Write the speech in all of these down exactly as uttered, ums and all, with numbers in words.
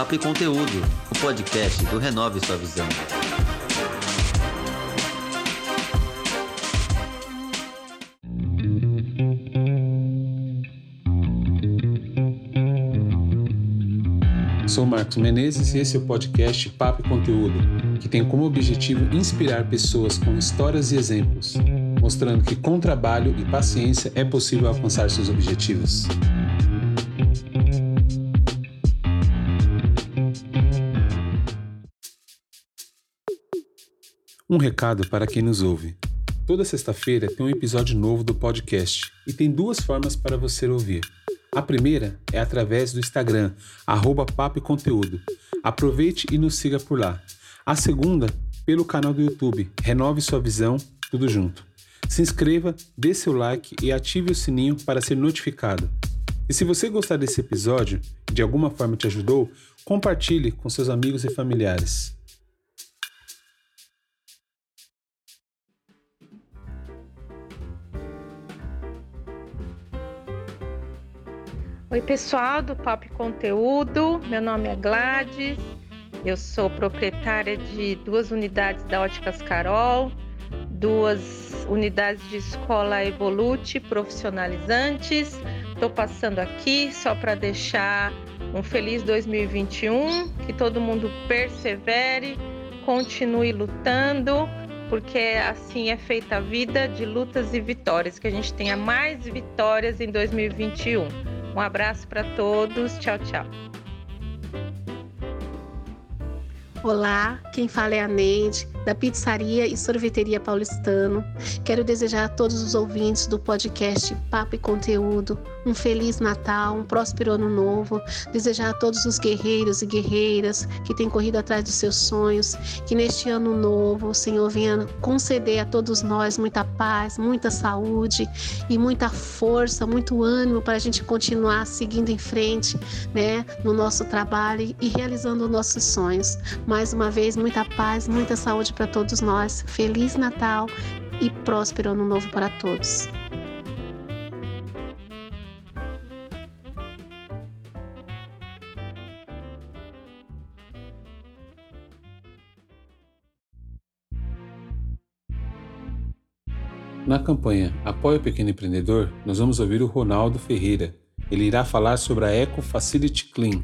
Papo e Conteúdo, o podcast do Renove Sua Visão. Sou Marcos Menezes e esse é o podcast Papo e Conteúdo, que tem como objetivo inspirar pessoas com histórias e exemplos, mostrando que com trabalho e paciência é possível alcançar seus objetivos. Um recado para quem nos ouve. Toda sexta-feira tem um episódio novo do podcast e tem duas formas para você ouvir. A primeira é através do Instagram, arroba Papo e Conteúdo. Aproveite e nos siga por lá. A segunda, pelo canal do YouTube, Renove Sua Visão, tudo junto. Se inscreva, dê seu like e ative o sininho para ser notificado. E se você gostar desse episódio e de alguma forma te ajudou, compartilhe com seus amigos e familiares. Oi pessoal do Papo e Conteúdo, meu nome é Gladys, eu sou proprietária de duas unidades da Óticas Carol, duas unidades de escola Evolute profissionalizantes. Estou passando aqui só para deixar um feliz dois mil e vinte e um, que todo mundo persevere, continue lutando, porque assim é feita a vida de lutas e vitórias, que a gente tenha mais vitórias em dois mil e vinte e um. Um abraço para todos, tchau, tchau. Olá, quem fala é a Neide, da Pizzaria e Sorveteria Paulistano. Quero desejar a todos os ouvintes do podcast Papo e Conteúdo um Feliz Natal, um próspero Ano Novo. Desejar a todos os guerreiros e guerreiras que têm corrido atrás dos seus sonhos, que neste Ano Novo o Senhor venha conceder a todos nós muita paz, muita saúde e muita força, muito ânimo para a gente continuar seguindo em frente, né, no nosso trabalho e realizando nossos sonhos. Mais uma vez, muita paz, muita saúde para todos nós. Feliz Natal e próspero Ano Novo para todos. Na campanha Apoie o Pequeno Empreendedor, nós vamos ouvir o Ronaldo Ferreira. Ele irá falar sobre a Eco Facility Clean.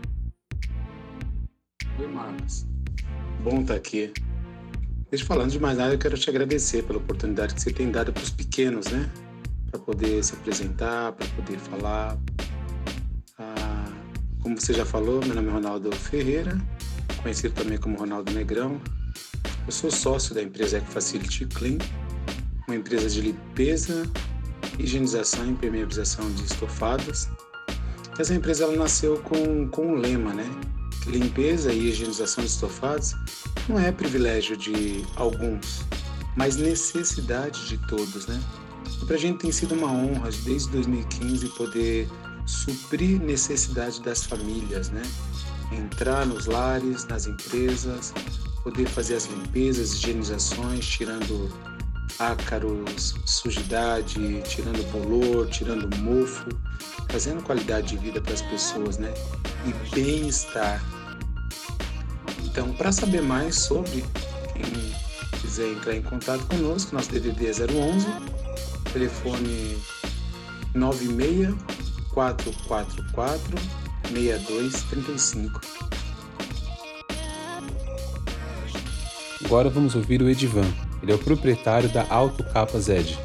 Oi, Marcos. Bom estar aqui. Deixa eu falando de mais nada, eu quero te agradecer pela oportunidade que você tem dado para os pequenos, né? Para poder se apresentar, para poder falar. Ah, como você já falou, meu nome é Ronaldo Ferreira, conhecido também como Ronaldo Negrão. Eu sou sócio da empresa Eco Facility Clean, uma empresa de limpeza, higienização e impermeabilização de estofados. Essa empresa ela nasceu com, com um lema, né? Que limpeza e higienização de estofados não é privilégio de alguns, mas necessidade de todos, né? E para a gente tem sido uma honra desde dois mil e quinze poder suprir necessidade das famílias, né? Entrar nos lares, nas empresas, poder fazer as limpezas, higienizações, tirando ácaros, sujidade, tirando bolor, tirando mofo, trazendo qualidade de vida para as pessoas, né? E bem-estar. Então, para saber mais sobre, quem quiser entrar em contato conosco, nosso D D D é zero onze, telefone nove seis quatro quatro quatro seis dois três cinco. Agora vamos ouvir o Edivan. Ele é o proprietário da Auto Capa Zed.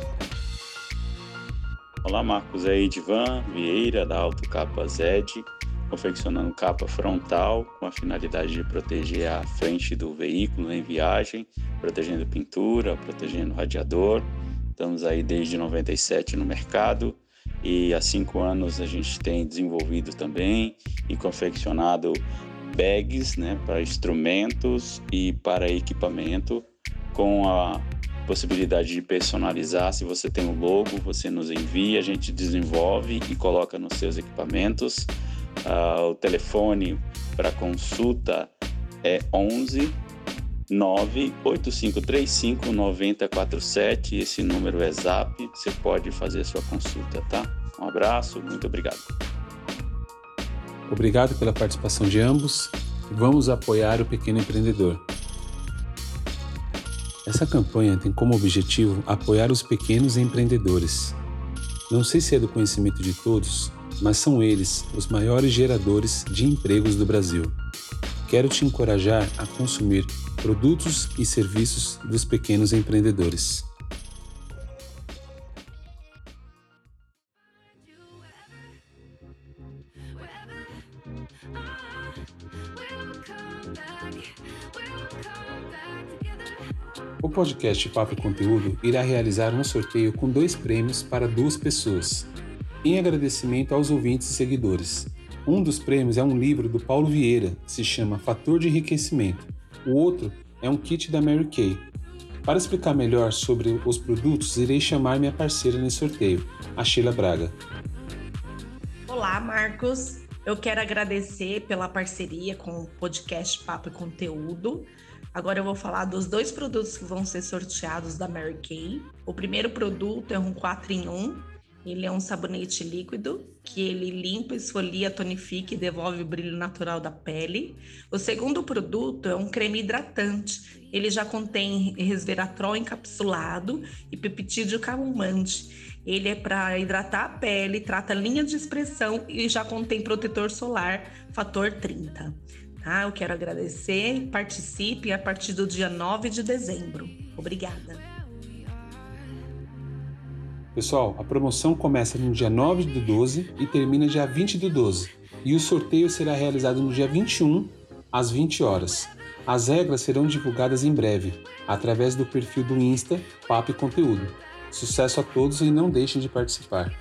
Olá, Marcos. É Edivan Vieira, da Auto Capa Zed, confeccionando capa frontal com a finalidade de proteger a frente do veículo em viagem, protegendo pintura, protegendo radiador. Estamos aí desde noventa e sete no mercado e há cinco anos a gente tem desenvolvido também e confeccionado bags, né, para instrumentos e para equipamento, com a possibilidade de personalizar. Se você tem um logo, você nos envia, a gente desenvolve e coloca nos seus equipamentos. Uh, o telefone para consulta é onze nove oito cinco três cinco nove zero quatro sete. Esse número é Zap, você pode fazer a sua consulta, tá? Um abraço, muito obrigado. Obrigado pela participação de ambos e vamos apoiar o pequeno empreendedor. Essa campanha tem como objetivo apoiar os pequenos empreendedores. Não sei se é do conhecimento de todos, mas são eles os maiores geradores de empregos do Brasil. Quero te encorajar a consumir produtos e serviços dos pequenos empreendedores. O podcast Papo e Conteúdo irá realizar um sorteio com dois prêmios para duas pessoas, em agradecimento aos ouvintes e seguidores. Um dos prêmios é um livro do Paulo Vieira, que se chama Fator de Enriquecimento. O outro é um kit da Mary Kay. Para explicar melhor sobre os produtos, irei chamar minha parceira nesse sorteio, a Sheila Braga. Olá, Marcos. Eu quero agradecer pela parceria com o podcast Papo e Conteúdo. Agora eu vou falar dos dois produtos que vão ser sorteados da Mary Kay. O primeiro produto é um quatro em um. Ele é um sabonete líquido que ele limpa, esfolia, tonifica e devolve o brilho natural da pele. O segundo produto é um creme hidratante. Ele já contém resveratrol encapsulado e peptídeo calmante. Ele é para hidratar a pele, trata a linha de expressão e já contém protetor solar fator trinta. Tá? Eu quero agradecer, participe a partir do dia nove de dezembro. Obrigada. Pessoal, a promoção começa no dia nove do doze e termina dia vinte do doze. E o sorteio será realizado no dia vinte e um, às vinte horas. As regras serão divulgadas em breve, através do perfil do Insta Papo e Conteúdo. Sucesso a todos e não deixem de participar.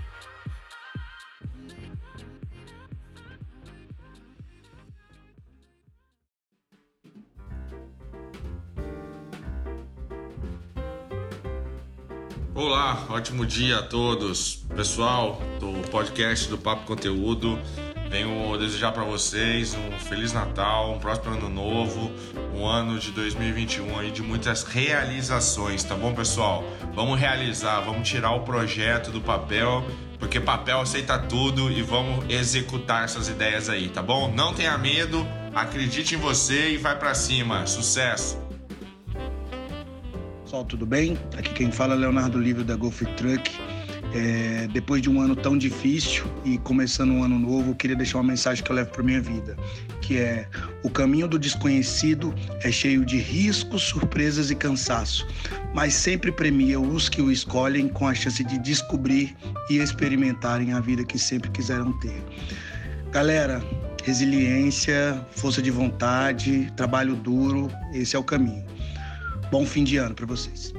Olá, ótimo dia a todos. Pessoal do podcast do Papo Conteúdo, venho desejar para vocês um Feliz Natal, um próspero Ano Novo, um ano de dois mil e vinte e um aí de muitas realizações, tá bom, pessoal? Vamos realizar, vamos tirar o projeto do papel, porque papel aceita tudo e vamos executar essas ideias aí, tá bom? Não tenha medo, acredite em você e vai para cima. Sucesso! Pessoal, tudo bem? Aqui quem fala é Leonardo Livre da Golf Truck. É, depois de um ano tão difícil e começando um ano novo, eu queria deixar uma mensagem que eu levo para minha vida, que é: o caminho do desconhecido é cheio de riscos, surpresas e cansaço, mas sempre premia os que o escolhem com a chance de descobrir e experimentarem a vida que sempre quiseram ter. Galera, resiliência, força de vontade, trabalho duro, esse é o caminho. Bom fim de ano para vocês.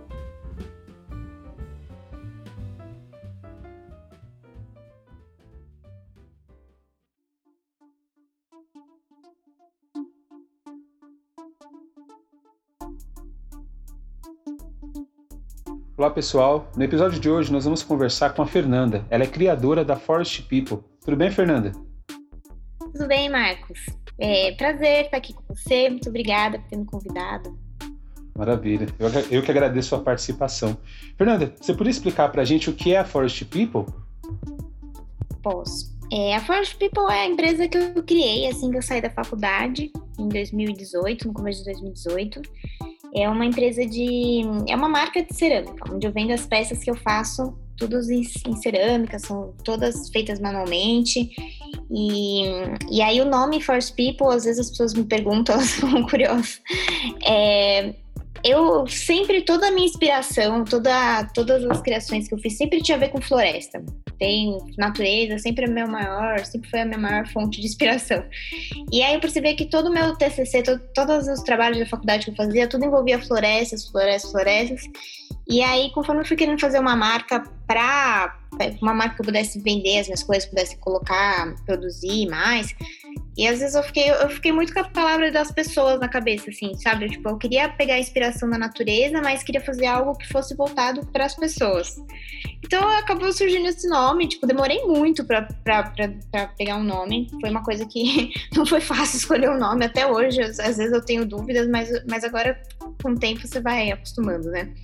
Olá pessoal, no episódio de hoje nós vamos conversar com a Fernanda. Ela é criadora da Forest People. Tudo bem, Fernanda? Tudo bem, Marcos. É prazer estar aqui com você. Muito obrigada por ter me convidado. Maravilha. Eu, eu que agradeço a participação. Fernanda, você poderia explicar para a gente o que é a Forest People? Posso. É, a Forest People é a empresa que eu criei assim que eu saí da faculdade, em dois mil e dezoito, no começo de dois mil e dezoito. É uma empresa de... é uma marca de cerâmica, onde eu vendo as peças que eu faço, todas em, em cerâmica, são todas feitas manualmente. E, e aí o nome Forest People, às vezes as pessoas me perguntam, elas ficam curiosas. É... Eu sempre, toda a minha inspiração, toda, todas as criações que eu fiz sempre tinha a ver com floresta. Tem natureza, sempre é meu maior, sempre foi a minha maior fonte de inspiração. E aí eu percebi que todo o meu T C C, todo, todos os trabalhos da faculdade que eu fazia, tudo envolvia florestas, florestas, florestas. E aí, conforme eu fui querendo fazer uma marca para uma marca que eu pudesse vender as minhas coisas, pudesse colocar, produzir mais. E às vezes eu fiquei, eu fiquei muito com a palavra das pessoas na cabeça, assim, sabe? Eu, tipo, eu queria pegar a inspiração da natureza, mas queria fazer algo que fosse voltado para as pessoas. Então acabou surgindo esse nome, tipo, demorei muito para pegar um nome. Foi uma coisa que não foi fácil escolher um nome até hoje. Às vezes eu tenho dúvidas, mas, mas agora com o tempo você vai acostumando, né?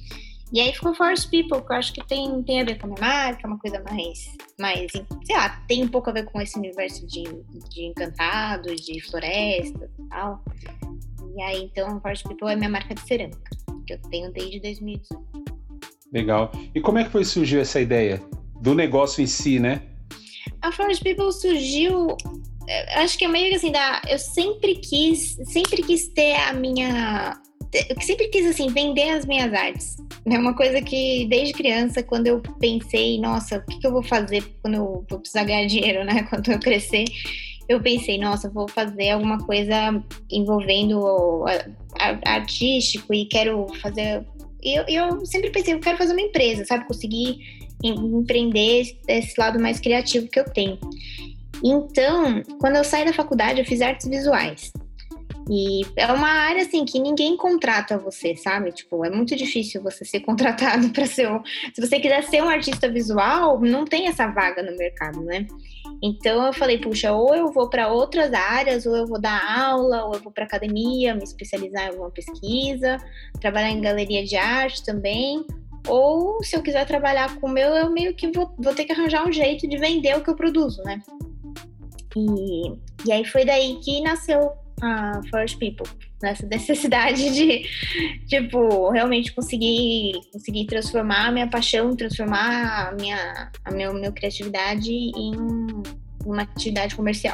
E aí ficou Forest People, que eu acho que tem, tem a ver com a minha marca, uma coisa mais, mais, sei lá, tem um pouco a ver com esse universo de, de encantado, de floresta e tal. E aí, então, Forest People é minha marca de cerâmica, que eu tenho desde dois mil e dezoito. Legal. E como é que foi surgiu essa ideia do negócio em si, né? A Forest People surgiu, acho que é meio que assim, da, eu sempre quis, sempre quis ter a minha... Eu sempre quis, assim, vender as minhas artes. É uma coisa que, desde criança, quando eu pensei, nossa, o que, que eu vou fazer quando eu vou precisar ganhar dinheiro, né? Quando eu crescer, eu pensei, nossa, vou fazer alguma coisa envolvendo a, a, artístico e quero fazer... E eu, eu sempre pensei, eu quero fazer uma empresa, sabe? Conseguir em, empreender esse lado mais criativo que eu tenho. Então, quando eu saí da faculdade, eu fiz artes visuais. E é uma área, assim, que ninguém contrata você, sabe? Tipo, é muito difícil você ser contratado para ser um... Se você quiser ser um artista visual, não tem essa vaga no mercado, né? Então, eu falei, puxa, ou eu vou para outras áreas, ou eu vou dar aula, ou eu vou para academia, me especializar em alguma pesquisa, trabalhar em galeria de arte também. Ou, se eu quiser trabalhar com o meu, eu meio que vou, vou ter que arranjar um jeito de vender o que eu produzo, né? E, e aí foi daí que nasceu a Forest People, nessa necessidade de, tipo, realmente conseguir, conseguir transformar a minha paixão, transformar a minha, a meu, minha criatividade em uma atividade comercial.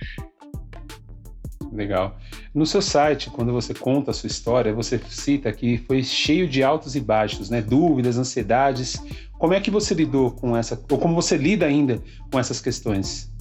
Legal. No seu site, quando você conta a sua história, você cita que foi cheio de altos e baixos, né? Dúvidas, ansiedades. Como é que você lidou com essa, ou como você lida ainda com essas questões?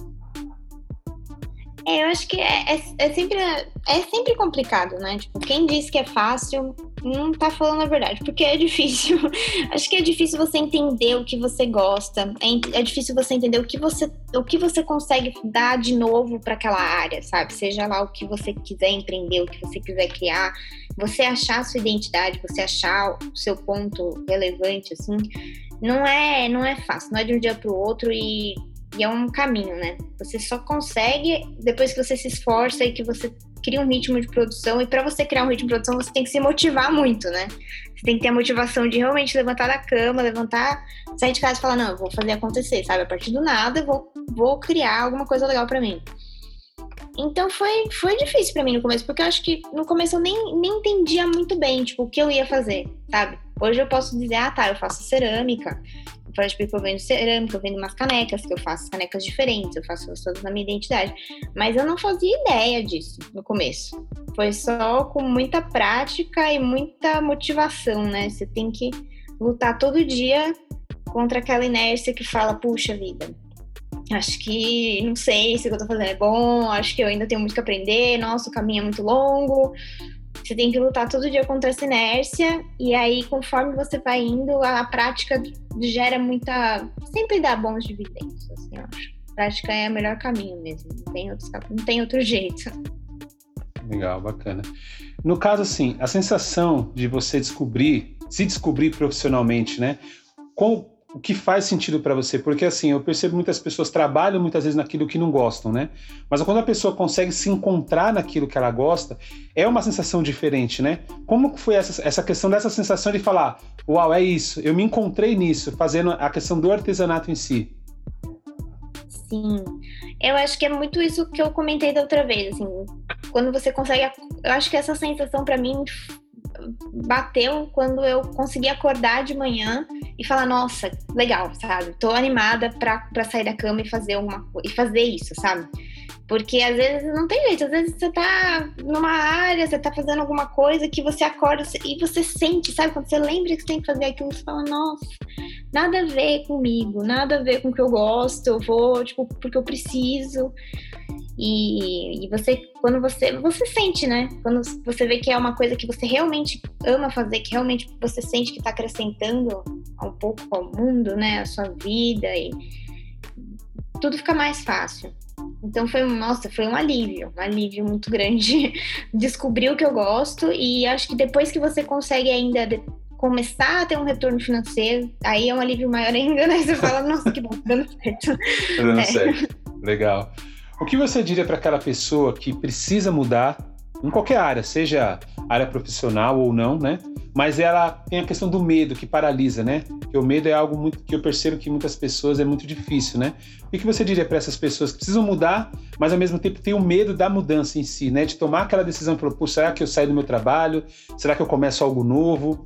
É, eu acho que é, é, é, sempre, é sempre complicado, né? Tipo, quem diz que é fácil não tá falando a verdade, porque é difícil. Acho que é difícil você entender o que você gosta, é, é difícil você entender o que você, o que você consegue dar de novo para aquela área, sabe? Seja lá o que você quiser empreender, o que você quiser criar, você achar a sua identidade, você achar o seu ponto relevante, assim, não é, não é fácil, não é de um dia pro outro e... E é um caminho, né? Você só consegue depois que você se esforça e que você cria um ritmo de produção. E para você criar um ritmo de produção, você tem que se motivar muito, né? Você tem que ter a motivação de realmente levantar da cama, levantar, sair de casa e falar, não, eu vou fazer acontecer, sabe? A partir do nada, eu vou, vou criar alguma coisa legal para mim. Então foi, foi difícil para mim no começo, porque eu acho que no começo eu nem, nem entendia muito bem, tipo, o que eu ia fazer, sabe? Hoje eu posso dizer, ah, tá, eu faço cerâmica. Forest People, eu vendo cerâmica, eu vendo umas canecas, que eu faço canecas diferentes, eu faço todas na minha identidade. Mas eu não fazia ideia disso no começo. Foi só com muita prática e muita motivação, né? Você tem que lutar todo dia contra aquela inércia que fala, puxa vida, acho que, não sei se o que eu tô fazendo é bom, acho que eu ainda tenho muito que aprender, nossa, o caminho é muito longo. Você tem que lutar todo dia contra essa inércia e aí, conforme você vai indo, a prática gera muita... Sempre dá bons dividendos, assim, eu acho. A prática é o melhor caminho mesmo, não tem outro, não tem outro jeito. Legal, bacana. No caso, assim, a sensação de você descobrir, se descobrir profissionalmente, né? Com o que faz sentido para você? Porque, assim, eu percebo muitas pessoas trabalham muitas vezes naquilo que não gostam, né? Mas quando a pessoa consegue se encontrar naquilo que ela gosta, é uma sensação diferente, né? Como foi essa, essa questão dessa sensação de falar, uau, é isso, eu me encontrei nisso, fazendo a questão do artesanato em si? Sim, eu acho que é muito isso que eu comentei da outra vez, assim, quando você consegue, eu acho que essa sensação para mim bateu quando eu consegui acordar de manhã e falar, nossa, legal, sabe? Tô animada pra, pra sair da cama e fazer alguma coisa, e fazer isso, sabe? Porque às vezes não tem jeito, às vezes você tá numa área, você tá fazendo alguma coisa que você acorda e você sente, sabe? Quando você lembra que você tem que fazer aquilo, você fala, nossa, nada a ver comigo, nada a ver com o que eu gosto, eu vou, tipo, porque eu preciso. E, e você, quando você, você sente, né? Quando você vê que é uma coisa que você realmente ama fazer, que realmente você sente que tá acrescentando um pouco ao mundo, né? A sua vida e tudo fica mais fácil. Então foi, nossa, foi um alívio, um alívio muito grande descobrir o que eu gosto e acho que depois que você consegue ainda de, começar a ter um retorno financeiro, aí é um alívio maior ainda, né? Você fala, nossa, que bom, tá dando certo. Tá dando é. certo, legal. O que você diria para aquela pessoa que precisa mudar, em qualquer área, seja área profissional ou não, né? Mas ela tem a questão do medo que paralisa, né? Porque o medo é algo muito, que eu percebo que muitas pessoas é muito difícil, né? O que você diria para essas pessoas que precisam mudar, mas ao mesmo tempo tem o medo da mudança em si, né? De tomar aquela decisão, pô, será que eu saio do meu trabalho? Será que eu começo algo novo?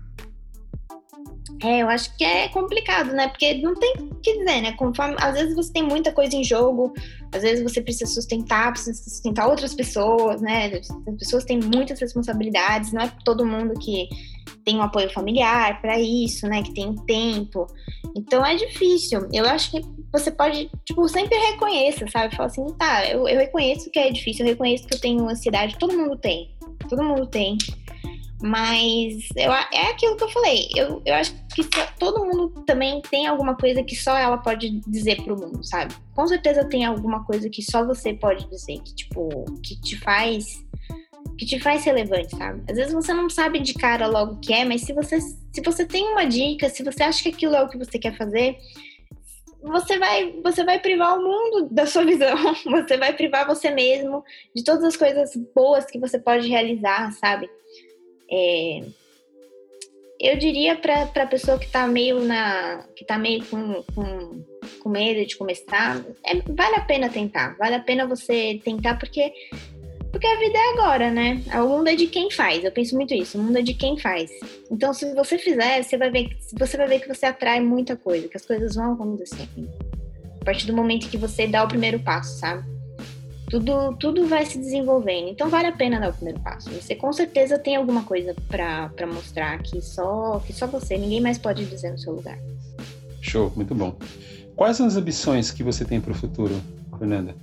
É, eu acho que é complicado, né? Porque não tem o que dizer, né? Conforme, às vezes você tem muita coisa em jogo, às vezes você precisa sustentar, precisa sustentar outras pessoas, né? As pessoas têm muitas responsabilidades, não é todo mundo que tem um apoio familiar para isso, né? Que tem tempo. Então é difícil. Eu acho que você pode, tipo, sempre reconheça, sabe? Fala assim, tá, eu, eu reconheço que é difícil, eu reconheço que eu tenho ansiedade, todo mundo tem, todo mundo tem. Mas eu, é aquilo que eu falei, eu, eu acho que todo mundo também tem alguma coisa que só ela pode dizer pro mundo, sabe? Com certeza tem alguma coisa que só você pode dizer, que tipo, que te faz, que te faz relevante, sabe? Às vezes você não sabe de cara logo o que é, mas se você, se você tem uma dica, se você acha que aquilo é o que você quer fazer, você vai, você vai privar o mundo da sua visão, você vai privar você mesmo de todas as coisas boas que você pode realizar, sabe? É, eu diria para a pessoa que está meio na que tá meio com, com, com medo de começar, é, vale a pena tentar, vale a pena você tentar porque, porque a vida é agora, né? O mundo é de quem faz, eu penso muito isso, o mundo é de quem faz. Então se você fizer, você vai ver, você vai ver que você atrai muita coisa, que as coisas vão acontecer a partir do momento que você dá o primeiro passo, sabe? Tudo, tudo vai se desenvolvendo, então vale a pena dar o primeiro passo. Você com certeza tem alguma coisa para mostrar que só, que só você, ninguém mais pode dizer no seu lugar. Show, muito bom. Quais são as ambições que você tem para o futuro, Fernanda?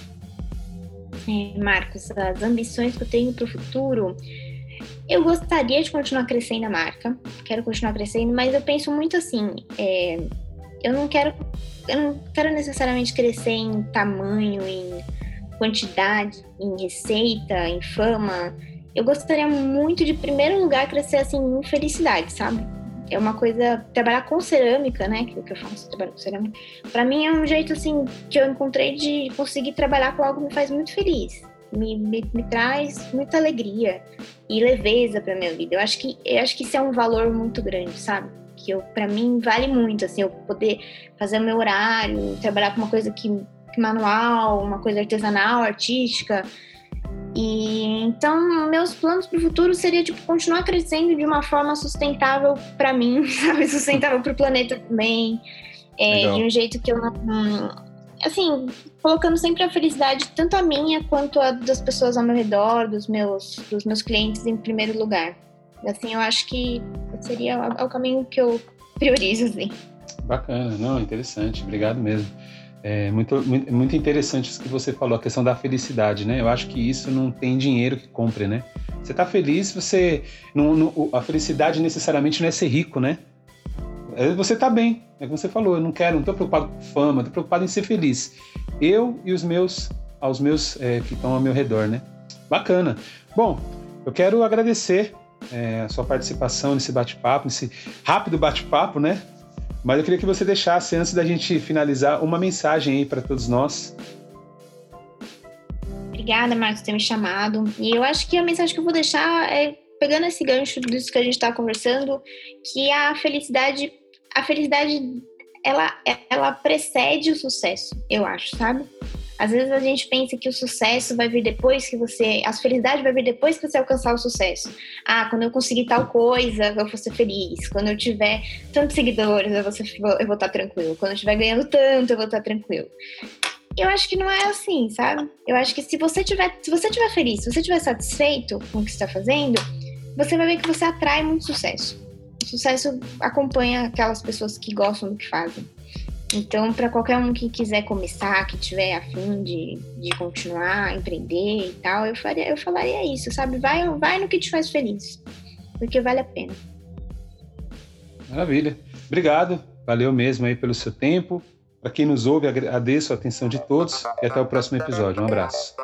É, Marcos, as ambições que eu tenho para o futuro, eu gostaria de continuar crescendo a marca, quero continuar crescendo, mas eu penso muito assim, é, eu não quero, eu não quero necessariamente crescer em tamanho, em quantidade, em receita, em fama. Eu gostaria muito de, em primeiro lugar, crescer assim em felicidade, sabe? É uma coisa, trabalhar com cerâmica, né, que, que eu faço, trabalho com cerâmica, pra mim é um jeito assim que eu encontrei de conseguir trabalhar com algo que me faz muito feliz, me, me, me traz muita alegria e leveza pra minha vida. Eu acho que, eu acho que isso é um valor muito grande, sabe? Que eu, pra mim vale muito, assim, eu poder fazer o meu horário, trabalhar com uma coisa que manual, uma coisa artesanal, artística. E então meus planos para o futuro seria tipo continuar crescendo de uma forma sustentável para mim, sabe, sustentável para o planeta também, é, de um jeito que eu não, assim, colocando sempre a felicidade tanto a minha quanto a das pessoas ao meu redor, dos meus dos meus clientes em primeiro lugar. Assim, eu acho que seria o, o caminho que eu priorizo, assim. Bacana, não, interessante, obrigado mesmo. É muito, muito, muito interessante isso que você falou, a questão da felicidade, né? Eu acho que isso não tem dinheiro que compre, né? Você tá feliz, você... Não, não, a felicidade necessariamente não é ser rico, né? Você tá bem, é como você falou, eu não quero, não tô preocupado com fama, tô preocupado em ser feliz. Eu e os meus, aos meus é, que estão ao meu redor, né? Bacana. Bom, eu quero agradecer é, a sua participação nesse bate-papo, nesse rápido bate-papo, né? Mas eu queria que você deixasse, antes da gente finalizar, uma mensagem aí para todos nós. Obrigada, Marcos, por ter me chamado. E eu acho que a mensagem que eu vou deixar é, pegando esse gancho disso que a gente está conversando, que a felicidade, a felicidade, ela, ela precede o sucesso, eu acho, sabe? Às vezes a gente pensa que o sucesso vai vir depois que você... A felicidade vai vir depois que você alcançar o sucesso. Ah, quando eu conseguir tal coisa, eu vou ser feliz. Quando eu tiver tantos seguidores, eu vou, ser, eu vou estar tranquilo. Quando eu estiver ganhando tanto, eu vou estar tranquilo. Eu acho que não é assim, sabe? Eu acho que se você tiver, se você tiver feliz, se você estiver satisfeito com o que você está fazendo, você vai ver que você atrai muito sucesso. O sucesso acompanha aquelas pessoas que gostam do que fazem. Então, para qualquer um que quiser começar, que tiver a fim de, de continuar, empreender e tal, eu, faria, eu falaria isso, sabe? Vai, vai no que te faz feliz, porque vale a pena. Maravilha. Obrigado. Valeu mesmo aí pelo seu tempo. Para quem nos ouve, agradeço a atenção de todos e até o próximo episódio. Um abraço.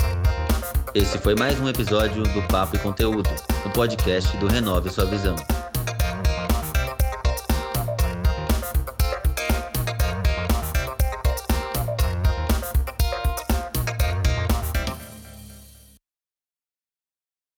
Esse foi mais um episódio do Papo e Conteúdo, o podcast do Renove Sua Visão.